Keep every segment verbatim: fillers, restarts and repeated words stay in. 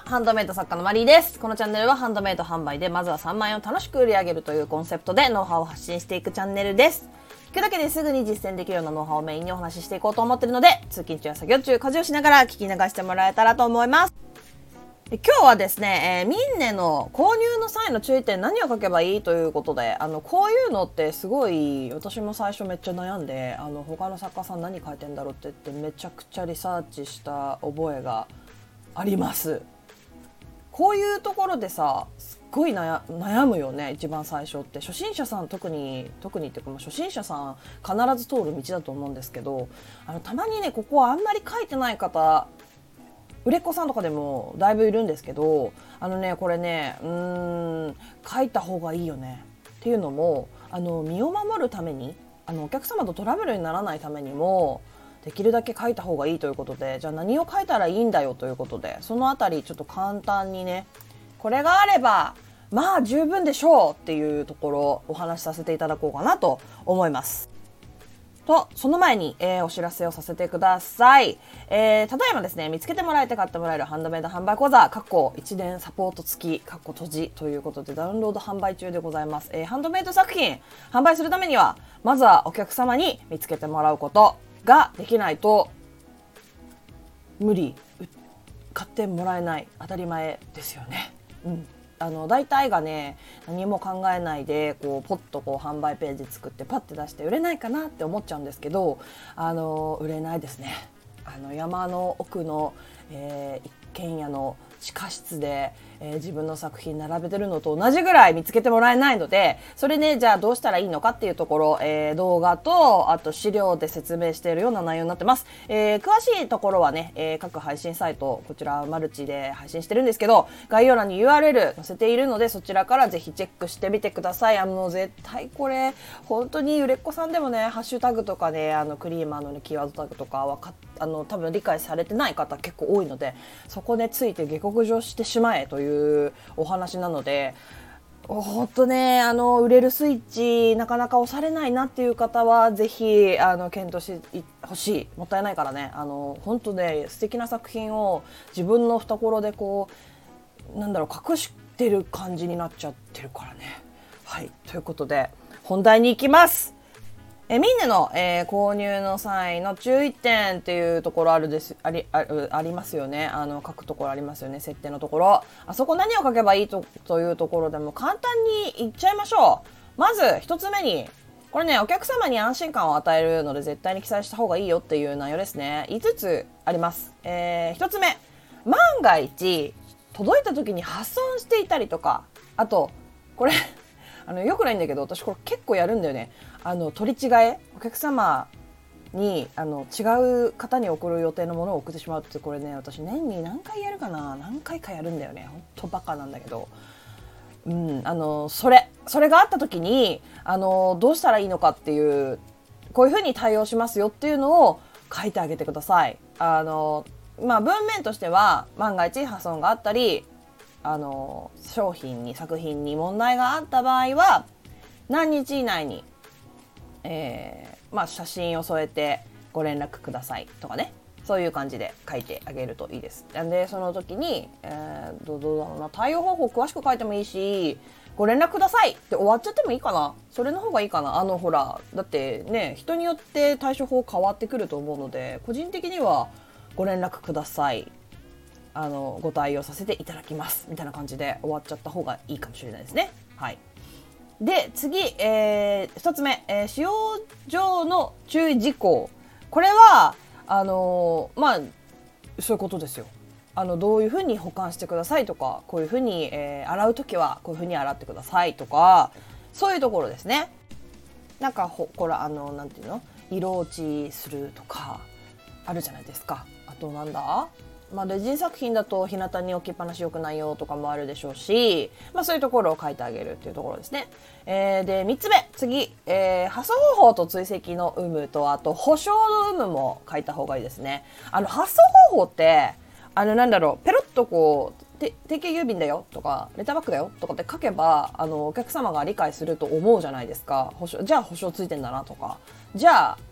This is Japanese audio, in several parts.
ハンドメイド作家のマリーです。このチャンネルはハンドメイド販売でまずはさんまんえんを楽しく売り上げるというコンセプトでノウハウを発信していくチャンネルです。聞くだけですぐに実践できるようなノウハウをメインにお話ししていこうと思っているので、通勤中や作業中、家事をしながら聞き流してもらえたらと思います。今日はですね、えー、ミンネの購入の際の注意点何を書けばいいということで、あのこういうのってすごい私も最初めっちゃ悩んで、あの他の作家さん何書いてんだろうって言ってめちゃくちゃリサーチした覚えがあります。こういうところでさ、すっごい 悩, 悩むよね。一番最初って初心者さん特に特にっていうか、初心者さん必ず通る道だと思うんですけど、あのたまにね、ここはあんまり書いてない方、売れっ子さんとかでもだいぶいるんですけど、あのねこれねうーん書いた方がいいよねっていうのも、あの身を守るために、あのお客様とトラブルにならないためにもできるだけ書いた方がいいということで、じゃあ何を書いたらいいんだよということで、そのあたりちょっと簡単にね、これがあればまあ十分でしょうっていうところをお話しさせていただこうかなと思います。とその前に、えー、お知らせをさせてください。えー、ただいまですね、見つけてもらえて買ってもらえるハンドメイド販売講座、過去いちねんサポート付き、過去閉じということでダウンロード販売中でございます。えー、ハンドメイド作品販売するためには、まずはお客様に見つけてもらうことができないと無理、買ってもらえない、当たり前ですよね。うん。あの大体がね、何も考えないでこうポッとこう販売ページ作ってパッて出して売れないかなって思っちゃうんですけど、あの売れないですね。あの山の奥の、えー、一軒家の地下室で、えー、自分の作品並べてるのと同じぐらい見つけてもらえないので、それね、じゃあどうしたらいいのかっていうところ、えー、動画とあと資料で説明しているような内容になってます。えー、詳しいところはね、えー、各配信サイト、こちらマルチで配信してるんですけど、概要欄に ユーアールエル 載せているので、そちらからぜひチェックしてみてください。あの絶対これ本当に売れっ子さんでもね、ハッシュタグとかね、あのクリーマーの、ね、キーワードタグとかわかっあの多分理解されてない方結構多いので、そこでついて下克上してしまえというお話なので、ほんとね、あの売れるスイッチなかなか押されないなっていう方はぜひあの検討してほしい。もったいないからね、あの本当ね、素敵な作品を自分の懐でこうなんだろう隠してる感じになっちゃってるからね。はい、ということで本題に行きます。えミンネの、えー、購入の際の注意点っていうところあるですあり あ, ありますよね。あの書くところありますよね。設定のところ、あそこ何を書けばいい と, というところでも簡単に言っちゃいましょう。まず一つ目に、これね、お客様に安心感を与えるので絶対に記載した方がいいよっていう内容ですね。いつつあります。えー、ひとつめ、万が一届いた時に破損していたりとか、あとこれあのよくないんだけど、私これ結構やるんだよね。あの取り違え、お客様にあの違う方に送る予定のものを送ってしまうって、これね、私年に何回やるかな、何回かやるんだよね。ほんとバカなんだけど、うん、あのそれそれがあった時にあのどうしたらいいのかっていう、こういうふうに対応しますよっていうのを書いてあげてください。あの、まあ、文面としては万が一破損があったり、あの商品に作品に問題があった場合は何日以内に、えーまあ、写真を添えてご連絡くださいとかね、そういう感じで書いてあげるといいです。でその時に、えー、どうだろうな、対応方法詳しく書いてもいいし、ご連絡くださいって終わっちゃってもいいかな。それの方がいいかな。あのほらだってね、人によって対処法変わってくると思うので、個人的にはご連絡ください、あのご対応させていただきますみたいな感じで終わっちゃった方がいいかもしれないですね。はい。で次、えー、ふたつめ、えー、使用上の注意事項。これはあのー、まあそういうことですよ。あのどういうふうに保管してくださいとか、こういうふうに、えー、洗うときはこういうふうに洗ってくださいとか、そういうところですね。なんかほこれあのなんていうの、色落ちするとかあるじゃないですか。あとなんだ、まあ、レジン作品だと日向に置きっぱなし良くないよとかもあるでしょうし、まあ、そういうところを書いてあげるっていうところですね。えー、でみっつめ、次、えー、破損方法と追跡の有無と、あと保証の有無も書いた方がいいですね。あの発送方法ってあのなんだろう、ペロッとこう定型郵便だよとかレターバッグだよとかって書けば、あのお客様が理解すると思うじゃないですか。保証、じゃあ保証ついてんだなとか、じゃあ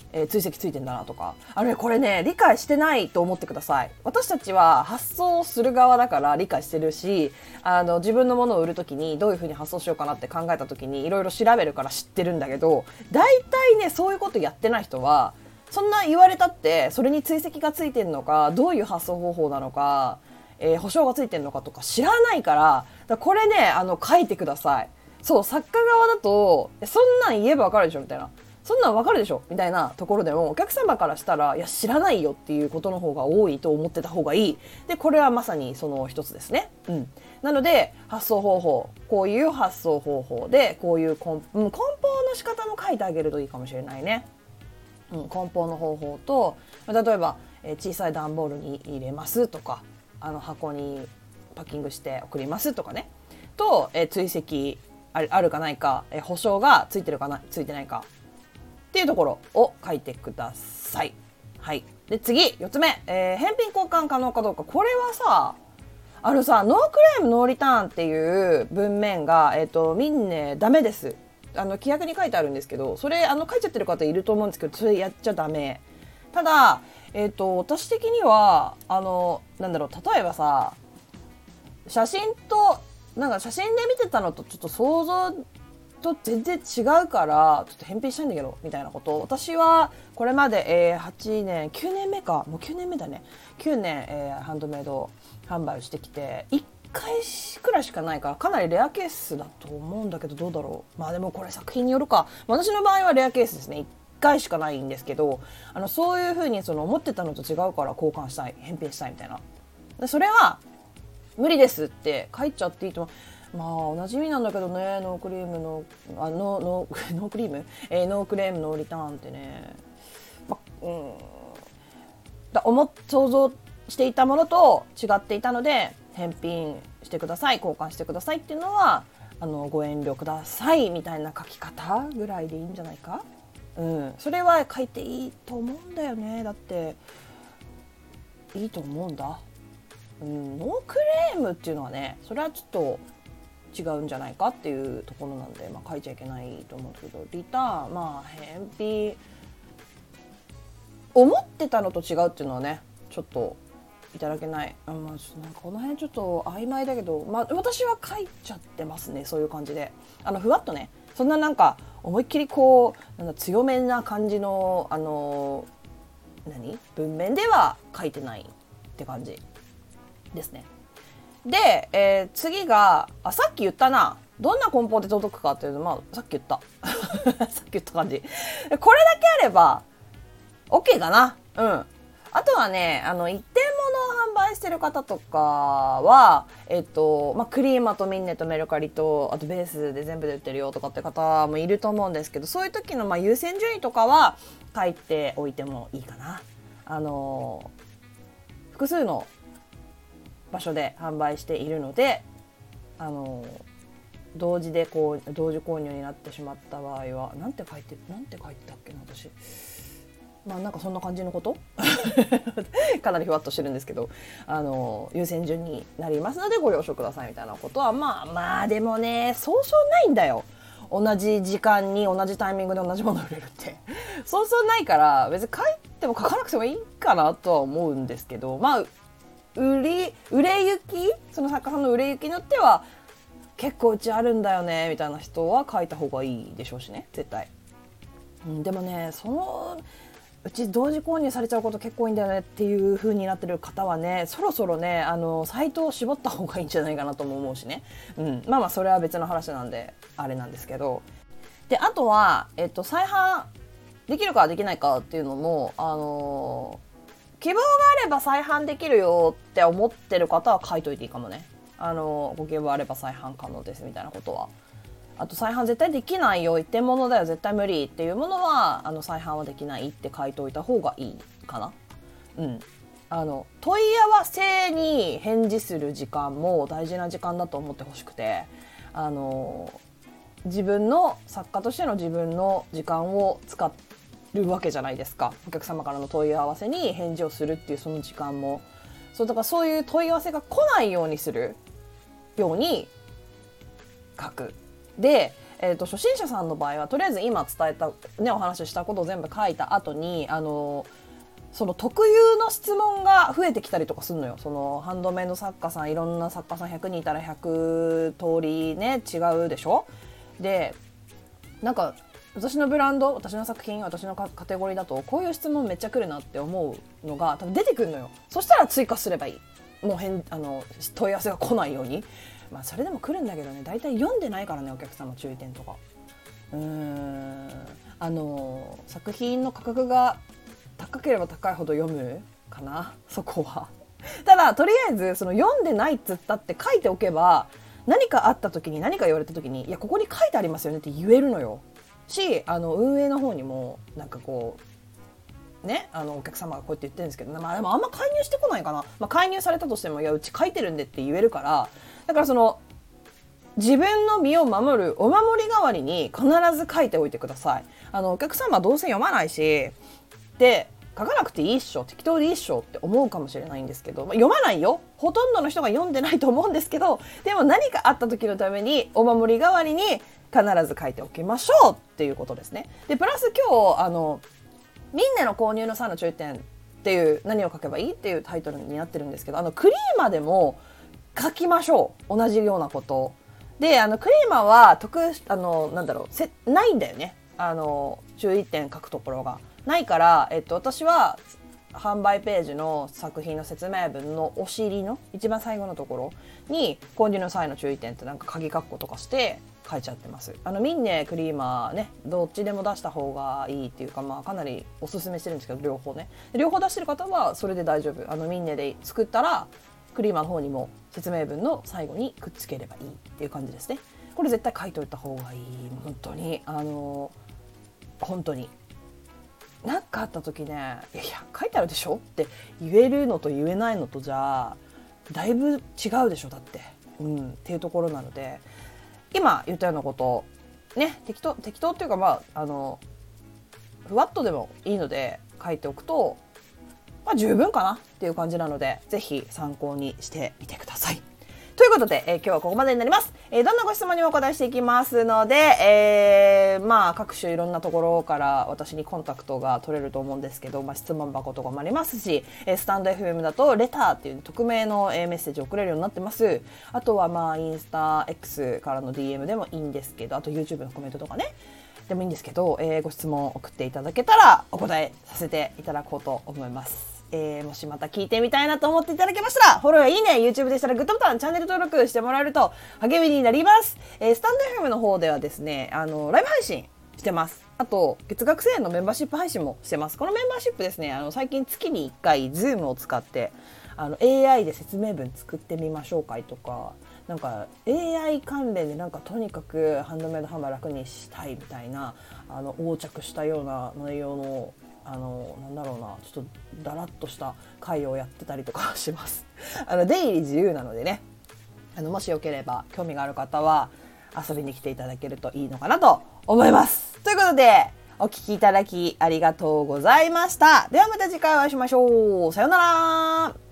えー、追跡ついてんだなとか、あれこれね理解してないと思ってください。私たちは発送する側だから理解してるし、あの自分のものを売るときにどういう風に発送しようかなって考えたときにいろいろ調べるから知ってるんだけど、大体ねそういうことやってない人はそんな言われたってそれに追跡がついてるのか、どういう発送方法なのか、えー、保証がついてるのかとか知らないから、だからこれねあの書いてください。そう、作家側だとそんなん言えばわかるでしょみたいな、そんなんわかるでしょみたいなところでもお客様からしたらいや知らないよっていうことの方が多いと思ってた方がいい。でこれはまさにその一つですね。うん、なので発送方法、こういう発送方法でこういう梱、うん、梱包の仕方も書いてあげるといいかもしれないね。うん、梱包の方法と、例えば、えー、小さい段ボールに入れますとか、あの箱にパッキングして送りますとかね、と、えー、追跡ある、あるかないか、えー、保証がついてるかなついてないかっていうところを書いてください。はい。で次よっつめ、えー、返品交換可能かどうか。これはさ、あのさ、ノークレームノーリターンっていう文面が、えっと、みんなダメです。あの規約に書いてあるんですけど、それあの書いちゃってる方いると思うんですけど、それやっちゃダメ。ただ、えっと、私的にはあのなんだろう、例えばさ、写真となんか写真で見てたのとちょっと想像と全然違うからちょっと返品したいんだけどみたいなことを、私はこれまで、えー、はちねんきゅうねんめか、もうきゅうねんめだね、きゅうねん、えー、ハンドメイド販売をしてきていっかいくらいしかないから、かなりレアケースだと思うんだけど、どうだろう。まあでもこれ作品によるか。私の場合はレアケースですね。いっかいしかないんですけど、あのそういう風にその思ってたのと違うから交換したい、返品したいみたいな。でそれは無理ですって書いちゃっていいと思う。まあおなじみなんだけどね、ノークリームのあノノノークリーム、えー、ノークレームノーリターンってね、まうん、だ思想像していたものと違っていたので返品してください、交換してくださいっていうのはあのご遠慮くださいみたいな書き方ぐらいでいいんじゃないか。うん、それは書いていいと思うんだよね。だっていいと思うんだ。うん、ノークレームっていうのはね、それはちょっと違うんじゃないかっていうところなんで、まあ、書いちゃいけないと思うんですけど、リターン、まあ返品思ってたのと違うっていうのはね、ちょっといただけない。あ、まあ、ちょっとなんかこの辺ちょっと曖昧だけど、まあ、私は書いちゃってますね。そういう感じで、あのふわっとね、そんななんか思いっきりこうなんだ強めな感じのあの何文面では書いてないって感じですね。で、えー、次があさっき言ったな、どんな梱包で届くかっていうの、まあさっき言ったさっき言った感じ。これだけあれば OK かな。うん。あとはね、あの一点物を販売してる方とかは、えっとまあ、クリーマとミンネとメルカリとあとベースで全部で売ってるよとかって方もいると思うんですけど、そういう時のまあ優先順位とかは書いておいてもいいかな。あの複数の場所で販売しているので、あの同時でこう同時購入になってしまった場合はなんて書いてなんて書いてたっけな、私。まあなんかそんな感じのことかなりふわっとしてるんですけど、あの優先順になりますのでご了承くださいみたいなことは、まあまあでもね、そうそうないんだよ。同じ時間に同じタイミングで同じものを売れるってそうそうないから、別に書いても書かなくてもいいかなとは思うんですけど、まあ売り売れ行き、その作家さんの売れ行きによっては結構うちあるんだよねみたいな人は書いた方がいいでしょうしね、絶対。うん、でもね、そのうち同時購入されちゃうこと結構いいんだよねっていう風になってる方はね、そろそろね、あのサイトを絞った方がいいんじゃないかなとも思うしね、うん、まあまあそれは別の話なんであれなんですけど、であとは、えっと、再販できるかできないかっていうのも、あのー、希望があれば再販できるよって思ってる方は書いといていいかもね。あのー、ご希望あれば再販可能ですみたいなことは。あと再販絶対できないよ、一点物だよ絶対無理っていうものはあの再販はできないって書いておいた方がいいかな。うん、あの問い合わせに返事する時間も大事な時間だと思ってほしくて、あの自分の作家としての自分の時間を使るわけじゃないですか。お客様からの問い合わせに返事をするっていうその時間も、そうだからそういう問い合わせが来ないようにするように書く。で、 えーと、初心者さんの場合はとりあえず今伝えた、ね、お話ししたことを全部書いた後にあのその特有の質問が増えてきたりとかするのよ。そのハンドメイド作家さんいろんな作家さんひゃくにんいたらひゃく通りね違うでしょ。でなんか私のブランド私の作品私のカテゴリーだとこういう質問めっちゃ来るなって思うのが多分出てくるのよ。そしたら追加すればいい。もう変あの問い合わせが来ないように。まあそれでも来るんだけどね、大体読んでないからねお客様注意点とか。うーんあの作品の価格が高ければ高いほど読むかなそこは。ただとりあえずその読んでないっつったって書いておけば何かあった時に何か言われた時にいやここに書いてありますよねって言えるのよ。しあの運営の方にもなんかこうねあのお客様がこうやって言ってるんですけど、まあ、でもあんま介入してこないかな、まあ、介入されたとしてもいやうち書いてるんでって言えるから、だからその自分の身を守るお守り代わりに必ず書いておいてください。あのお客様はどうせ読まないしで書かなくていいっしょ適当でいいっしょって思うかもしれないんですけど、まあ、読まないよほとんどの人が読んでないと思うんですけど、でも何かあった時のためにお守り代わりに必ず書いておきましょうっていうことですね。でプラス今日あのミンネの購入の際の注意点っていう何を書けばいいっていうタイトルになってるんですけど、あのクリーマでも書きましょう同じようなことで、あのクリーマは特あのなんだろうせないんだよね。あの注意点書くところがないから、えっと、私は販売ページの作品の説明文のお尻の一番最後のところに購入の際の注意点ってなんか鍵括弧とかして書いちゃってます。あのミンネクリーマーねどっちでも出した方がいいっていうか、まあかなりおすすめしてるんですけど両方ね両方出してる方はそれで大丈夫。あのミンネで作ったらクリーマーの方にも説明文の最後にくっつければいいっていう感じですね。これ絶対書いといた方がいい。本当にあの本当に何かあった時ねいやいや書いてあるでしょって言えるのと言えないのとじゃあだいぶ違うでしょだって、うん、っていうところなので今言ったようなことね適当適当っていうかまああのふわっとでもいいので書いておくと、まあ、十分かなっていう感じなのでぜひ参考にしてみてください。ということで、えー、今日はここまでになります。えー、どんなご質問にもお答えしていきますので、えー、まあ各種いろんなところから私にコンタクトが取れると思うんですけど、まあ、質問箱とかもありますし、えー、スタンド エフエム だとレターっていう匿名の、えー、メッセージを送れるようになってます。あとはまあインスタ X からの ディーエム でもいいんですけど、あと YouTube のコメントとかねでもいいんですけど、えー、ご質問を送っていただけたらお答えさせていただこうと思います。えー、もしまた聞いてみたいなと思っていただけましたらフォローやいいね YouTube でしたらグッドボタンチャンネル登録してもらえると励みになります。えー、スタンド エフエム の方ではですねあのライブ配信してます。あと月額せんえんのメンバーシップ配信もしてます。このメンバーシップですねあの最近月にいっかい Zoom を使ってあの エーアイ で説明文作ってみましょうかいとかなんか エーアイ 関連でなんかとにかくハンドメイド販売楽にしたいみたいなあの横着したような内容のあのなんだろうなちょっとだらっとした会をやってたりとかしますあの出入り自由なのでねあのもしよければ興味がある方は遊びに来ていただけるといいのかなと思います。ということでお聞きいただきありがとうございました。ではまた次回お会いしましょう。さようなら。